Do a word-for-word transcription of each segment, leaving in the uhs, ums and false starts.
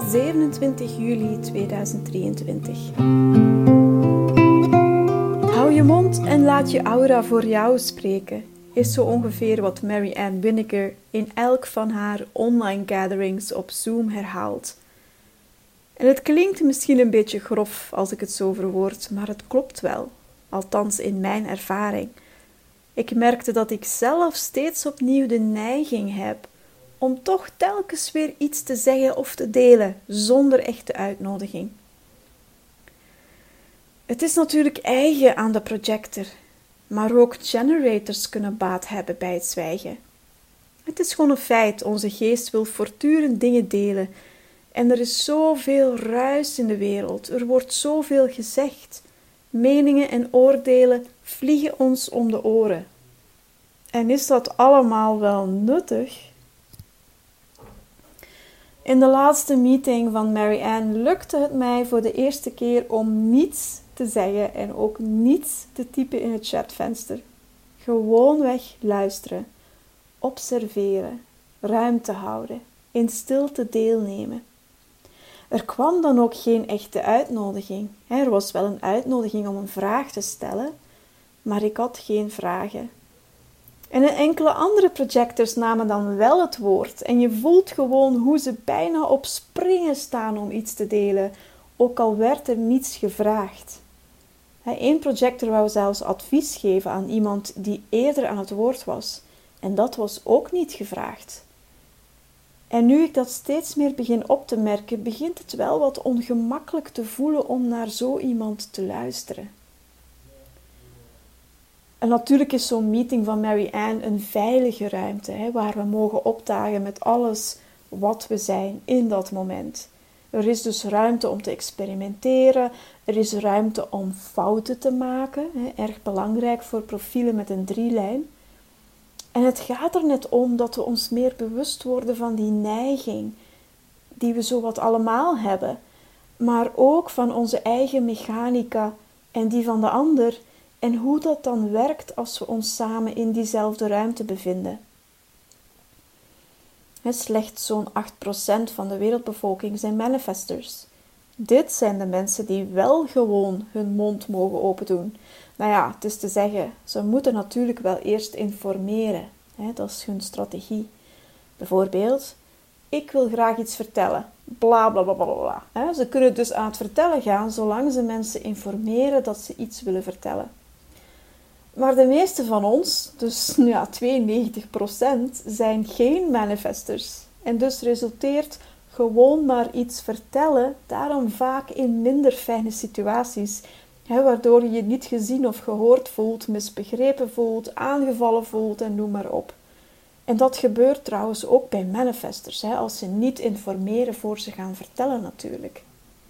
zevenentwintig juli tweeduizend drieëntwintig. Hou je mond en laat je aura voor jou spreken, is zo ongeveer wat Mary Ann Winokur in elk van haar online gatherings op Zoom herhaalt. En het klinkt misschien een beetje grof als ik het zo verwoord, maar het klopt wel, althans in mijn ervaring. Ik merkte dat ik zelf steeds opnieuw de neiging heb om toch telkens weer iets te zeggen of te delen, zonder echte uitnodiging. Het is natuurlijk eigen aan de projector, maar ook generators kunnen baat hebben bij het zwijgen. Het is gewoon een feit, onze geest wil voortdurend dingen delen en er is zoveel ruis in de wereld, er wordt zoveel gezegd, meningen en oordelen vliegen ons om de oren. En is dat allemaal wel nuttig? In de laatste meeting van Mary Ann lukte het mij voor de eerste keer om niets te zeggen en ook niets te typen in het chatvenster. Gewoonweg luisteren, observeren, ruimte houden, in stilte deelnemen. Er kwam dan ook geen echte uitnodiging. Er was wel een uitnodiging om een vraag te stellen, maar ik had geen vragen. En enkele andere projectors namen dan wel het woord en je voelt gewoon hoe ze bijna op springen staan om iets te delen, ook al werd er niets gevraagd. Eén projector wou zelfs advies geven aan iemand die eerder aan het woord was en dat was ook niet gevraagd. En nu ik dat steeds meer begin op te merken, begint het wel wat ongemakkelijk te voelen om naar zo iemand te luisteren. En natuurlijk is zo'n meeting van Mary Ann een veilige ruimte, hè, waar we mogen opdagen met alles wat we zijn in dat moment. Er is dus ruimte om te experimenteren, er is ruimte om fouten te maken, hè, erg belangrijk voor profielen met een drielijn. En het gaat er net om dat we ons meer bewust worden van die neiging, die we zowat allemaal hebben, maar ook van onze eigen mechanica en die van de ander, en hoe dat dan werkt als we ons samen in diezelfde ruimte bevinden. Slechts zo'n acht procent van de wereldbevolking zijn manifestors. Dit zijn de mensen die wel gewoon hun mond mogen opendoen. Nou ja, het is te zeggen, ze moeten natuurlijk wel eerst informeren. Dat is hun strategie. Bijvoorbeeld, ik wil graag iets vertellen. Bla bla bla bla bla. Ze kunnen dus aan het vertellen gaan, zolang ze mensen informeren dat ze iets willen vertellen. Maar de meeste van ons, dus ja, tweeënnegentig procent, zijn geen manifestors. En dus resulteert gewoon maar iets vertellen, daarom vaak in minder fijne situaties, hè, waardoor je je niet gezien of gehoord voelt, misbegrepen voelt, aangevallen voelt en noem maar op. En dat gebeurt trouwens ook bij manifestors, hè, als ze niet informeren voor ze gaan vertellen natuurlijk.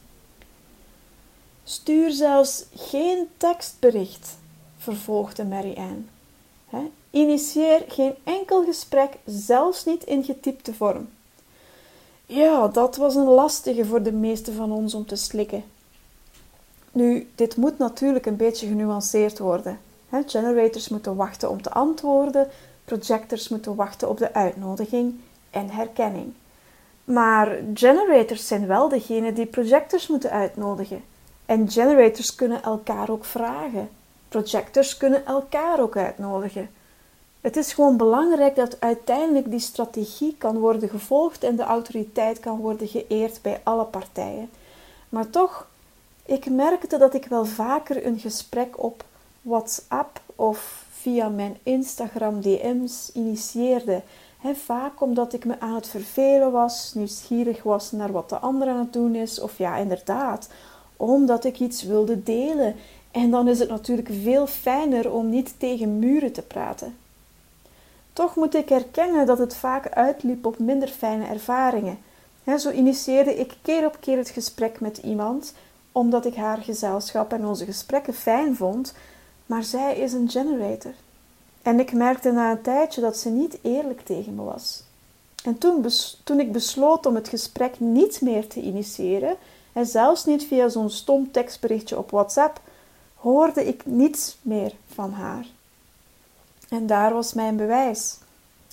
Stuur zelfs geen tekstbericht, vervolgde Mary Ann. He, initieer geen enkel gesprek, zelfs niet in getypte vorm. Ja, dat was een lastige voor de meeste van ons om te slikken. Nu, dit moet natuurlijk een beetje genuanceerd worden. He, generators moeten wachten om te antwoorden, projectors moeten wachten op de uitnodiging en herkenning. Maar generators zijn wel degene die projectors moeten uitnodigen. En generators kunnen elkaar ook vragen. Projectors kunnen elkaar ook uitnodigen. Het is gewoon belangrijk dat uiteindelijk die strategie kan worden gevolgd en de autoriteit kan worden geëerd bij alle partijen. Maar toch, ik merkte dat ik wel vaker een gesprek op WhatsApp of via mijn Instagram D M's initieerde. He, vaak omdat ik me aan het vervelen was, nieuwsgierig was naar wat de ander aan het doen is, of ja, inderdaad, omdat ik iets wilde delen. En dan is het natuurlijk veel fijner om niet tegen muren te praten. Toch moet ik erkennen dat het vaak uitliep op minder fijne ervaringen. He, zo initieerde ik keer op keer het gesprek met iemand, omdat ik haar gezelschap en onze gesprekken fijn vond, maar zij is een generator. En ik merkte na een tijdje dat ze niet eerlijk tegen me was. En toen, bes- toen ik besloot om het gesprek niet meer te initiëren, en zelfs niet via zo'n stom tekstberichtje op WhatsApp, hoorde ik niets meer van haar. En daar was mijn bewijs.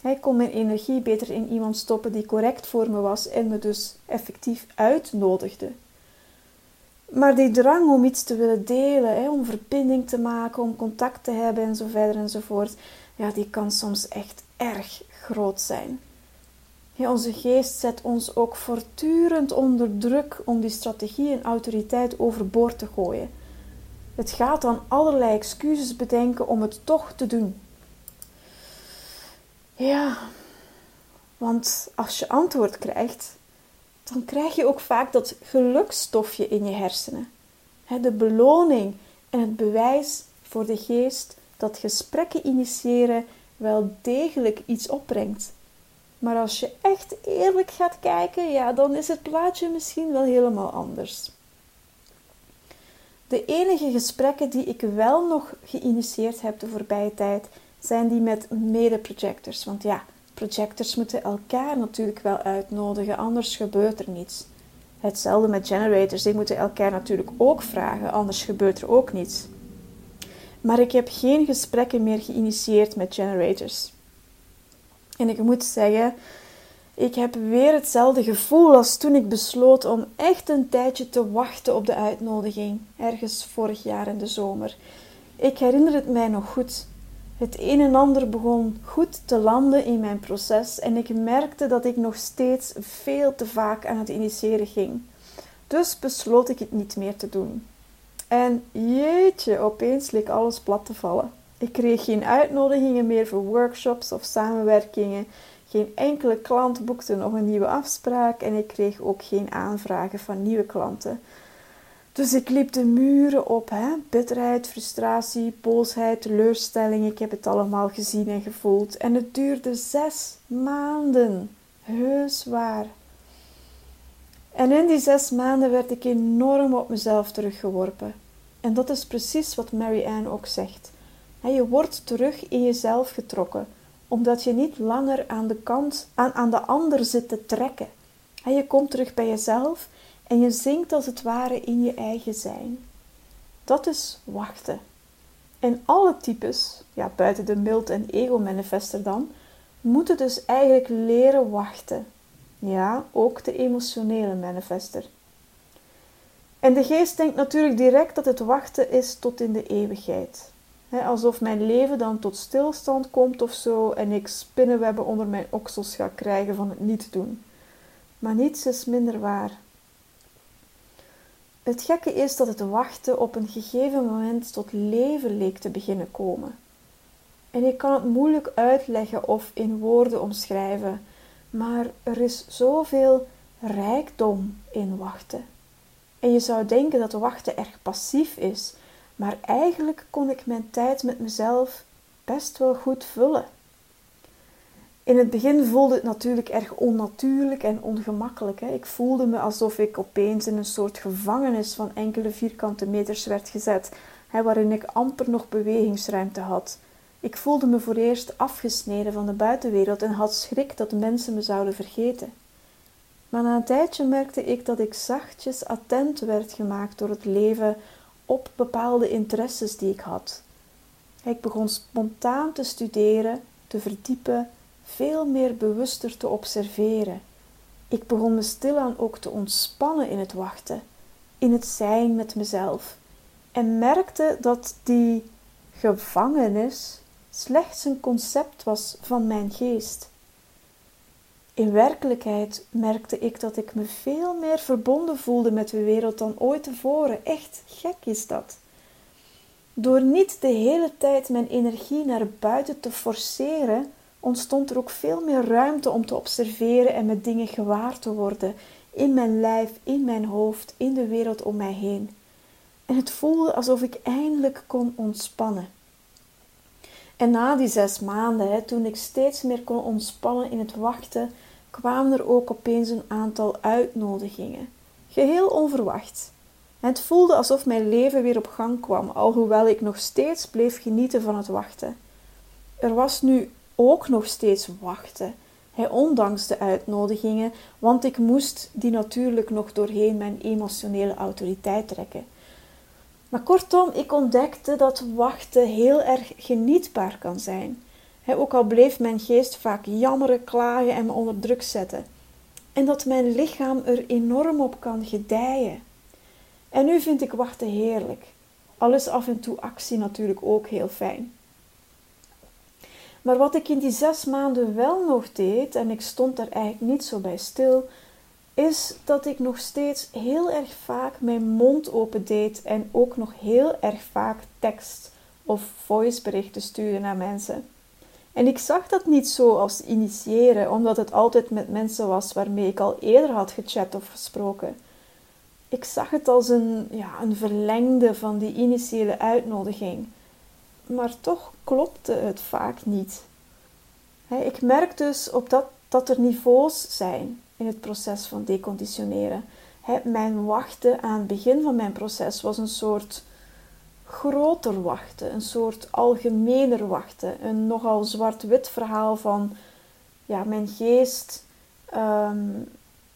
Ik kon mijn energie beter in iemand stoppen die correct voor me was en me dus effectief uitnodigde. Maar die drang om iets te willen delen, om verbinding te maken, om contact te hebben en zo verder enzovoort, ja, die kan soms echt erg groot zijn. Ja, onze geest zet ons ook voortdurend onder druk om die strategie en autoriteit overboord te gooien. Het gaat dan allerlei excuses bedenken om het toch te doen. Ja, want als je antwoord krijgt, dan krijg je ook vaak dat gelukstofje in je hersenen. De beloning en het bewijs voor de geest dat gesprekken initiëren wel degelijk iets opbrengt. Maar als je echt eerlijk gaat kijken, ja, dan is het plaatje misschien wel helemaal anders. De enige gesprekken die ik wel nog geïnitieerd heb de voorbije tijd, zijn die met mede-projectors. Want ja, projectors moeten elkaar natuurlijk wel uitnodigen, anders gebeurt er niets. Hetzelfde met generators, die moeten elkaar natuurlijk ook vragen, anders gebeurt er ook niets. Maar ik heb geen gesprekken meer geïnitieerd met generators. En ik moet zeggen, ik heb weer hetzelfde gevoel als toen ik besloot om echt een tijdje te wachten op de uitnodiging, ergens vorig jaar in de zomer. Ik herinner het mij nog goed. Het een en ander begon goed te landen in mijn proces en ik merkte dat ik nog steeds veel te vaak aan het initiëren ging. Dus besloot ik het niet meer te doen. En jeetje, opeens leek alles plat te vallen. Ik kreeg geen uitnodigingen meer voor workshops of samenwerkingen. Geen enkele klant boekte nog een nieuwe afspraak en ik kreeg ook geen aanvragen van nieuwe klanten. Dus ik liep de muren op, hè? Bitterheid, frustratie, boosheid, teleurstelling. Ik heb het allemaal gezien en gevoeld. En het duurde zes maanden. Heus waar. En in die zes maanden werd ik enorm op mezelf teruggeworpen. En dat is precies wat Mary Ann ook zegt. Je wordt terug in jezelf getrokken, omdat je niet langer aan de kant, aan, aan de ander zit te trekken. Je komt terug bij jezelf en je zinkt als het ware in je eigen zijn. Dat is wachten. En alle types, ja, buiten de mild- en ego-manifester dan, moeten dus eigenlijk leren wachten. Ja, ook de emotionele manifester. En de geest denkt natuurlijk direct dat het wachten is tot in de eeuwigheid. He, alsof mijn leven dan tot stilstand komt of zo en ik spinnenwebben onder mijn oksels ga krijgen van het niet doen. Maar niets is minder waar. Het gekke is dat het wachten op een gegeven moment tot leven leek te beginnen komen. En ik kan het moeilijk uitleggen of in woorden omschrijven, maar er is zoveel rijkdom in wachten. En je zou denken dat wachten erg passief is, maar eigenlijk kon ik mijn tijd met mezelf best wel goed vullen. In het begin voelde het natuurlijk erg onnatuurlijk en ongemakkelijk. Hè. Ik voelde me alsof ik opeens in een soort gevangenis van enkele vierkante meters werd gezet, hè, waarin ik amper nog bewegingsruimte had. Ik voelde me voor eerst afgesneden van de buitenwereld en had schrik dat mensen me zouden vergeten. Maar na een tijdje merkte ik dat ik zachtjes attent werd gemaakt door het leven op bepaalde interesses die ik had. Ik begon spontaan te studeren, te verdiepen, veel meer bewuster te observeren. Ik begon me stilaan ook te ontspannen in het wachten, in het zijn met mezelf. En merkte dat die gevangenis slechts een concept was van mijn geest. In werkelijkheid merkte ik dat ik me veel meer verbonden voelde met de wereld dan ooit tevoren. Echt gek is dat. Door niet de hele tijd mijn energie naar buiten te forceren, ontstond er ook veel meer ruimte om te observeren en met dingen gewaar te worden. In mijn lijf, in mijn hoofd, in de wereld om mij heen. En het voelde alsof ik eindelijk kon ontspannen. En na die zes maanden, hè, toen ik steeds meer kon ontspannen in het wachten, kwamen er ook opeens een aantal uitnodigingen. Geheel onverwacht. En het voelde alsof mijn leven weer op gang kwam, alhoewel ik nog steeds bleef genieten van het wachten. Er was nu ook nog steeds wachten, hè, ondanks de uitnodigingen, want ik moest die natuurlijk nog doorheen mijn emotionele autoriteit trekken. Maar kortom, ik ontdekte dat wachten heel erg genietbaar kan zijn. He, ook al bleef mijn geest vaak jammeren, klagen en me onder druk zetten. En dat mijn lichaam er enorm op kan gedijen. En nu vind ik wachten heerlijk. Al is af en toe actie natuurlijk ook heel fijn. Maar wat ik in die zes maanden wel nog deed, en ik stond daar eigenlijk niet zo bij stil, is dat ik nog steeds heel erg vaak mijn mond open deed en ook nog heel erg vaak tekst of voiceberichten stuurde naar mensen. En ik zag dat niet zo als initiëren, omdat het altijd met mensen was waarmee ik al eerder had gechat of gesproken. Ik zag het als een, ja, een verlengde van die initiële uitnodiging. Maar toch klopte het vaak niet. He, ik merk dus op dat, dat er niveaus zijn in het proces van deconditioneren. He, mijn wachten aan het begin van mijn proces was een soort groter wachten, een soort algemener wachten. Een nogal zwart-wit verhaal van ja, mijn geest um,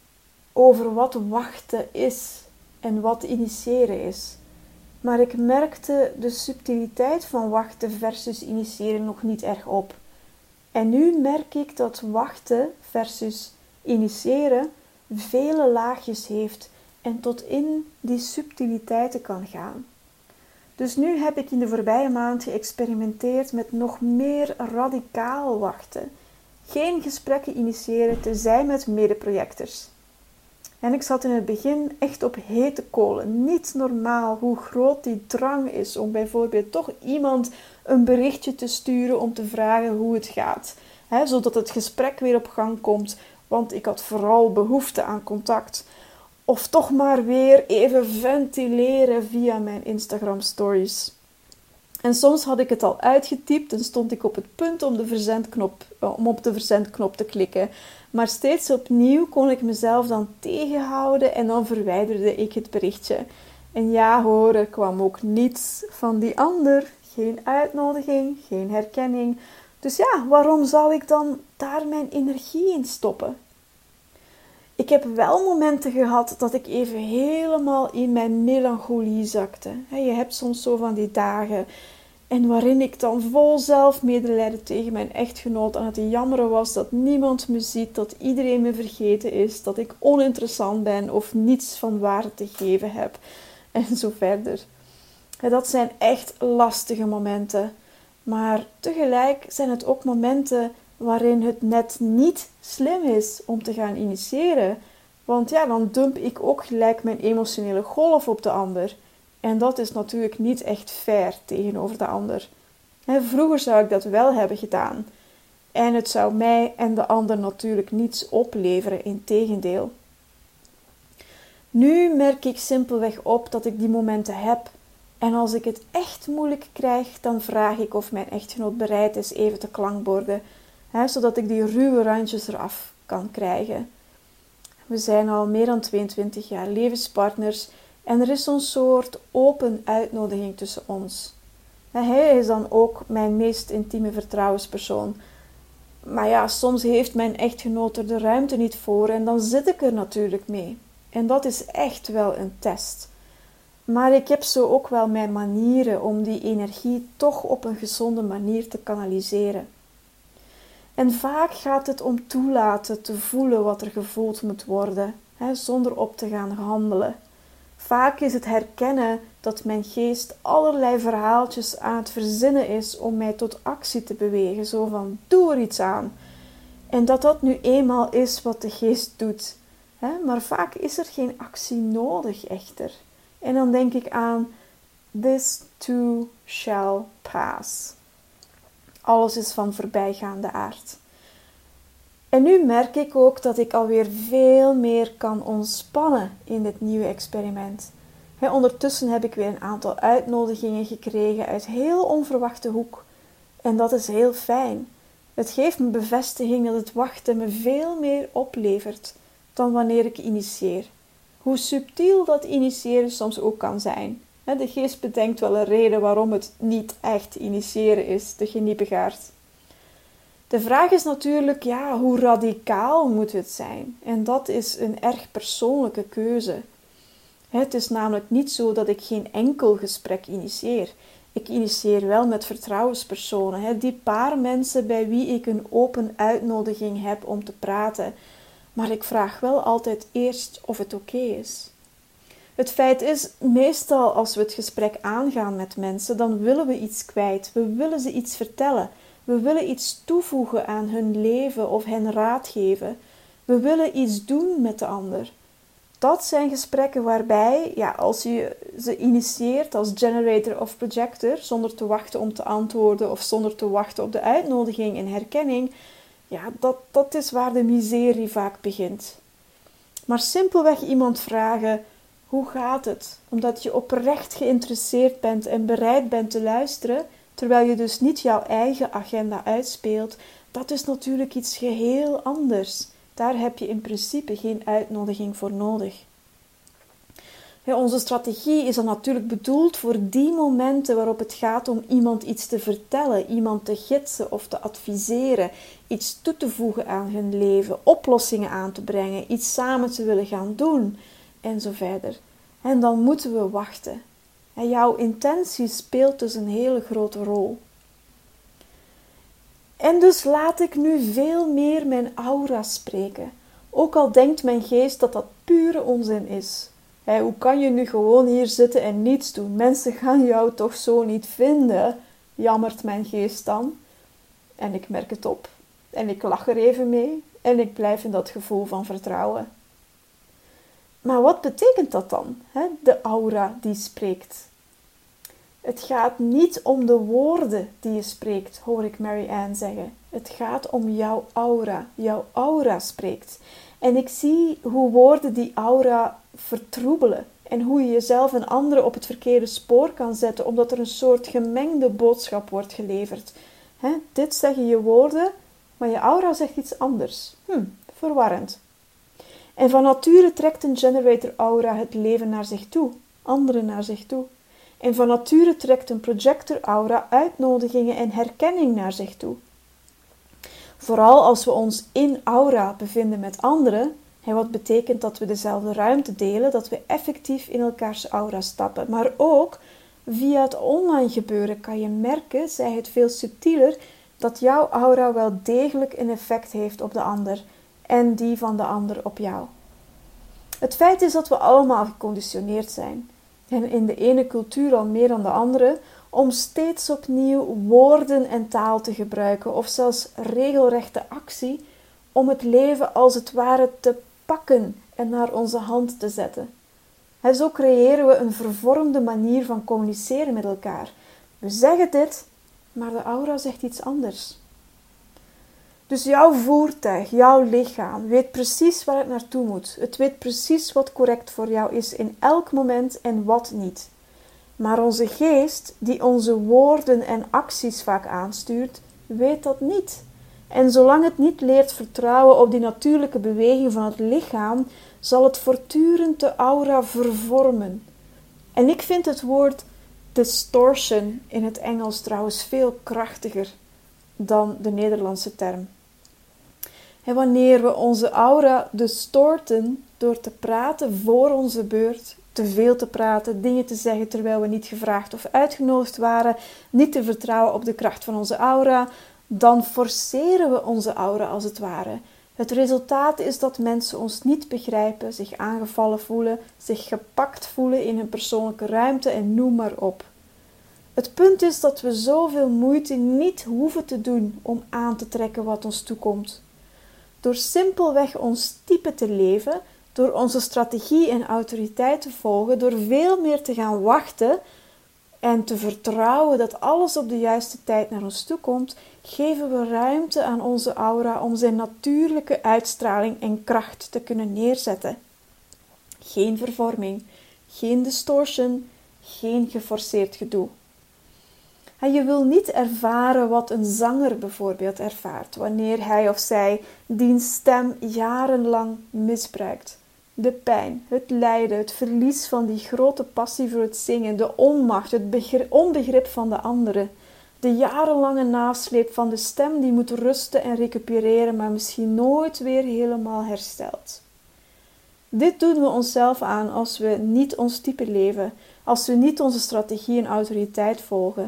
over wat wachten is en wat initiëren is. Maar ik merkte de subtiliteit van wachten versus initiëren nog niet erg op. En nu merk ik dat wachten versus initiëren vele laagjes heeft en tot in die subtiliteiten kan gaan. Dus nu heb ik in de voorbije maand geëxperimenteerd met nog meer radicaal wachten. Geen gesprekken initiëren, tenzij met medeprojectors. En ik zat in het begin echt op hete kolen. Niet normaal hoe groot die drang is om bijvoorbeeld toch iemand een berichtje te sturen om te vragen hoe het gaat. He, zodat het gesprek weer op gang komt, want ik had vooral behoefte aan contact. Of toch maar weer even ventileren via mijn Instagram stories. En soms had ik het al uitgetypt en stond ik op het punt om, de verzendknop, om op de verzendknop te klikken. Maar steeds opnieuw kon ik mezelf dan tegenhouden en dan verwijderde ik het berichtje. En ja hoor, er kwam ook niets van die ander. Geen uitnodiging, geen herkenning. Dus ja, waarom zou ik dan daar mijn energie in stoppen? Ik heb wel momenten gehad dat ik even helemaal in mijn melancholie zakte. Je hebt soms zo van die dagen en waarin ik dan vol zelfmedelijden tegen mijn echtgenoot aan het jammeren was dat niemand me ziet, dat iedereen me vergeten is, dat ik oninteressant ben of niets van waarde te geven heb en zo verder. Dat zijn echt lastige momenten, maar tegelijk zijn het ook momenten waarin het net niet slim is om te gaan initiëren. Want ja, dan dump ik ook gelijk mijn emotionele golf op de ander. En dat is natuurlijk niet echt fair tegenover de ander. En vroeger zou ik dat wel hebben gedaan. En het zou mij en de ander natuurlijk niets opleveren, integendeel. Nu merk ik simpelweg op dat ik die momenten heb. En als ik het echt moeilijk krijg, dan vraag ik of mijn echtgenoot bereid is even te klankborden. He, zodat ik die ruwe randjes eraf kan krijgen. We zijn al meer dan tweeëntwintig jaar levenspartners en er is zo'n soort open uitnodiging tussen ons. Hij is dan ook mijn meest intieme vertrouwenspersoon. Maar ja, soms heeft mijn echtgenoot er de ruimte niet voor en dan zit ik er natuurlijk mee. En dat is echt wel een test. Maar ik heb zo ook wel mijn manieren om die energie toch op een gezonde manier te kanaliseren. En vaak gaat het om toelaten te voelen wat er gevoeld moet worden, hè, zonder op te gaan handelen. Vaak is het herkennen dat mijn geest allerlei verhaaltjes aan het verzinnen is om mij tot actie te bewegen, zo van doe er iets aan. En dat dat nu eenmaal is wat de geest doet. Hè, maar vaak is er geen actie nodig echter. En dan denk ik aan this too shall pass. Alles is van voorbijgaande aard. En nu merk ik ook dat ik alweer veel meer kan ontspannen in dit nieuwe experiment. He, ondertussen heb ik weer een aantal uitnodigingen gekregen uit heel onverwachte hoek. En dat is heel fijn. Het geeft me bevestiging dat het wachten me veel meer oplevert dan wanneer ik initieer. Hoe subtiel dat initiëren soms ook kan zijn. De geest bedenkt wel een reden waarom het niet echt initiëren is, de geniebegaard. De vraag is natuurlijk, ja, hoe radicaal moet het zijn? En dat is een erg persoonlijke keuze. Het is namelijk niet zo dat ik geen enkel gesprek initieer. Ik initieer wel met vertrouwenspersonen, hè, die paar mensen bij wie ik een open uitnodiging heb om te praten. Maar ik vraag wel altijd eerst of het oké is. Het feit is, meestal als we het gesprek aangaan met mensen, dan willen we iets kwijt. We willen ze iets vertellen. We willen iets toevoegen aan hun leven of hen raad geven. We willen iets doen met de ander. Dat zijn gesprekken waarbij, ja, als je ze initieert als generator of projector, zonder te wachten om te antwoorden of zonder te wachten op de uitnodiging en herkenning, ja, dat, dat is waar de miserie vaak begint. Maar simpelweg iemand vragen, hoe gaat het? Omdat je oprecht geïnteresseerd bent en bereid bent te luisteren, terwijl je dus niet jouw eigen agenda uitspeelt, dat is natuurlijk iets geheel anders. Daar heb je in principe geen uitnodiging voor nodig. Ja, onze strategie is dan natuurlijk bedoeld voor die momenten waarop het gaat om iemand iets te vertellen, iemand te gidsen of te adviseren, iets toe te voegen aan hun leven, oplossingen aan te brengen, iets samen te willen gaan doen en zo verder. En dan moeten we wachten. En jouw intentie speelt dus een hele grote rol. En dus laat ik nu veel meer mijn aura spreken. Ook al denkt mijn geest dat dat pure onzin is. Hey, hoe kan je nu gewoon hier zitten en niets doen? Mensen gaan jou toch zo niet vinden? Jammert mijn geest dan. En ik merk het op. En ik lach er even mee. En ik blijf in dat gevoel van vertrouwen. Maar wat betekent dat dan? Hè? De aura die spreekt. Het gaat niet om de woorden die je spreekt, hoor ik Mary-Ann zeggen. Het gaat om jouw aura. Jouw aura spreekt. En ik zie hoe woorden die aura vertroebelen. En hoe je jezelf en anderen op het verkeerde spoor kan zetten, omdat er een soort gemengde boodschap wordt geleverd. He, dit zeggen je woorden, maar je aura zegt iets anders. Hm, verwarrend. En van nature trekt een generator aura het leven naar zich toe, anderen naar zich toe. En van nature trekt een projector aura uitnodigingen en herkenning naar zich toe. Vooral als we ons in aura bevinden met anderen, en wat betekent dat we dezelfde ruimte delen, dat we effectief in elkaars aura stappen. Maar ook via het online gebeuren kan je merken, zij het veel subtieler, dat jouw aura wel degelijk een effect heeft op de ander en die van de ander op jou. Het feit is dat we allemaal geconditioneerd zijn, en in de ene cultuur al meer dan de andere, om steeds opnieuw woorden en taal te gebruiken, of zelfs regelrechte actie, om het leven als het ware te pakken en naar onze hand te zetten. En zo creëren we een vervormde manier van communiceren met elkaar. We zeggen dit, maar de aura zegt iets anders. Dus jouw voertuig, jouw lichaam, weet precies waar het naartoe moet. Het weet precies wat correct voor jou is in elk moment en wat niet. Maar onze geest, die onze woorden en acties vaak aanstuurt, weet dat niet. En zolang het niet leert vertrouwen op die natuurlijke beweging van het lichaam, zal het voortdurend de aura vervormen. En ik vind het woord distortion in het Engels trouwens veel krachtiger dan de Nederlandse term. En wanneer we onze aura distorten door te praten voor onze beurt, te veel te praten, dingen te zeggen terwijl we niet gevraagd of uitgenodigd waren, niet te vertrouwen op de kracht van onze aura, dan forceren we onze aura als het ware. Het resultaat is dat mensen ons niet begrijpen, zich aangevallen voelen, zich gepakt voelen in hun persoonlijke ruimte en noem maar op. Het punt is dat we zoveel moeite niet hoeven te doen om aan te trekken wat ons toekomt. Door simpelweg ons type te leven, door onze strategie en autoriteit te volgen, door veel meer te gaan wachten en te vertrouwen dat alles op de juiste tijd naar ons toe komt, geven we ruimte aan onze aura om zijn natuurlijke uitstraling en kracht te kunnen neerzetten. Geen vervorming, geen distortion, geen geforceerd gedoe. En je wil niet ervaren wat een zanger bijvoorbeeld ervaart wanneer hij of zij diens stem jarenlang misbruikt. De pijn, het lijden, het verlies van die grote passie voor het zingen, de onmacht, het begrip, onbegrip van de anderen, de jarenlange nasleep van de stem die moet rusten en recupereren, maar misschien nooit weer helemaal herstelt. Dit doen we onszelf aan als we niet ons type leven, als we niet onze strategie en autoriteit volgen,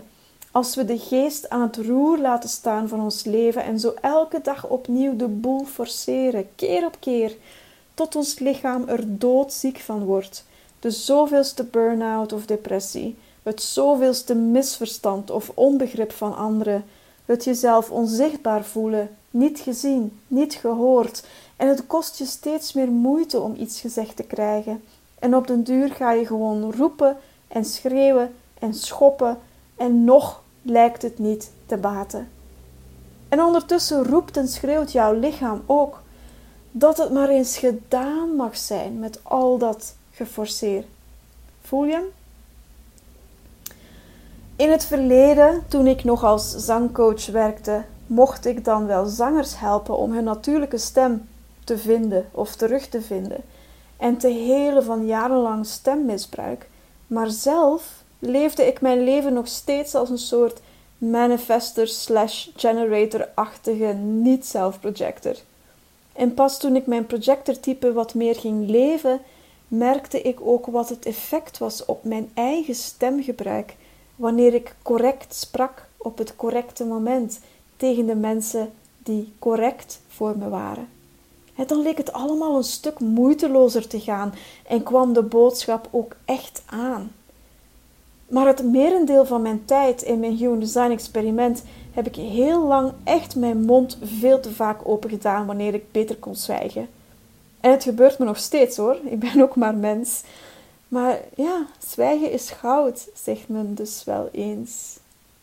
Als we de geest aan het roer laten staan van ons leven en zo elke dag opnieuw de boel forceren, keer op keer, tot ons lichaam er doodziek van wordt. De zoveelste burn-out of depressie, het zoveelste misverstand of onbegrip van anderen, het jezelf onzichtbaar voelen, niet gezien, niet gehoord, en het kost je steeds meer moeite om iets gezegd te krijgen. En op den duur ga je gewoon roepen en schreeuwen en schoppen en nog lijkt het niet te baten. En ondertussen roept en schreeuwt jouw lichaam ook dat het maar eens gedaan mag zijn met al dat geforceer. Voel je hem? In het verleden, toen ik nog als zangcoach werkte, mocht ik dan wel zangers helpen om hun natuurlijke stem te vinden of terug te vinden en te helen van jarenlang stemmisbruik. Maar zelf leefde ik mijn leven nog steeds als een soort manifester slash generator-achtige niet-self-projector. En pas toen ik mijn projector-type wat meer ging leven, merkte ik ook wat het effect was op mijn eigen stemgebruik wanneer ik correct sprak op het correcte moment tegen de mensen die correct voor me waren. En dan leek het allemaal een stuk moeitelozer te gaan en kwam de boodschap ook echt aan. Maar het merendeel van mijn tijd in mijn Human Design experiment heb ik heel lang echt mijn mond veel te vaak open gedaan wanneer ik beter kon zwijgen. En het gebeurt me nog steeds hoor, ik ben ook maar mens. Maar ja, zwijgen is goud, zegt men dus wel eens.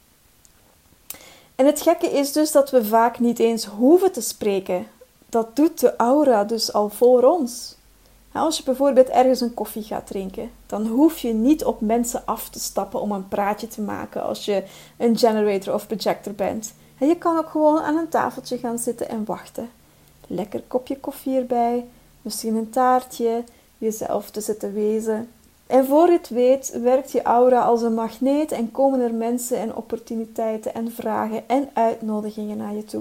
En het gekke is dus dat we vaak niet eens hoeven te spreken. Dat doet de aura dus al voor ons. Als je bijvoorbeeld ergens een koffie gaat drinken, dan hoef je niet op mensen af te stappen om een praatje te maken als je een generator of projector bent. En je kan ook gewoon aan een tafeltje gaan zitten en wachten. Lekker kopje koffie erbij, misschien een taartje, jezelf te zitten wezen. En voor je het weet werkt je aura als een magneet en komen er mensen en opportuniteiten en vragen en uitnodigingen naar je toe.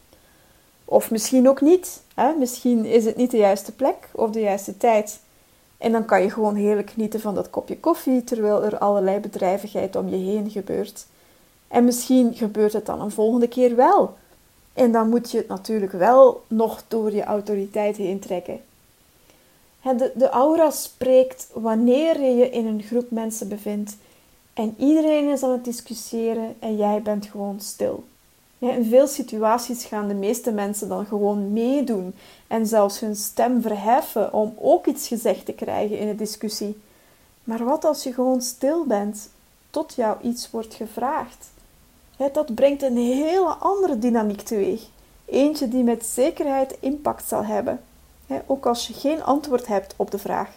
Of misschien ook niet. Hè? Misschien is het niet de juiste plek of de juiste tijd. En dan kan je gewoon heerlijk genieten van dat kopje koffie, terwijl er allerlei bedrijvigheid om je heen gebeurt. En misschien gebeurt het dan een volgende keer wel. En dan moet je het natuurlijk wel nog door je autoriteit heen trekken. De, de aura spreekt wanneer je je in een groep mensen bevindt en iedereen is aan het discussiëren en jij bent gewoon stil. Ja, in veel situaties gaan de meeste mensen dan gewoon meedoen en zelfs hun stem verheffen om ook iets gezegd te krijgen in een discussie. Maar wat als je gewoon stil bent tot jou iets wordt gevraagd? Ja, dat brengt een hele andere dynamiek teweeg. Eentje die met zekerheid impact zal hebben. Ja, ook als je geen antwoord hebt op de vraag.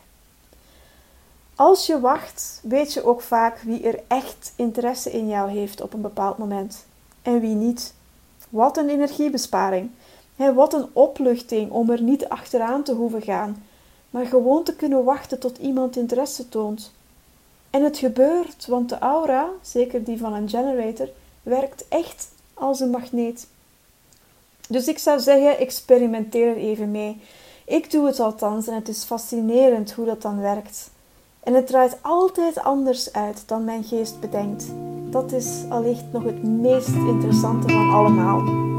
Als je wacht, weet je ook vaak wie er echt interesse in jou heeft op een bepaald moment. En wie niet. Wat een energiebesparing. He, wat een opluchting om er niet achteraan te hoeven gaan. Maar gewoon te kunnen wachten tot iemand interesse toont. En het gebeurt, want de aura, zeker die van een generator, werkt echt als een magneet. Dus ik zou zeggen, experimenteer er even mee. Ik doe het althans en het is fascinerend hoe dat dan werkt. En het draait altijd anders uit dan mijn geest bedenkt. Dat is allicht nog het meest interessante van allemaal.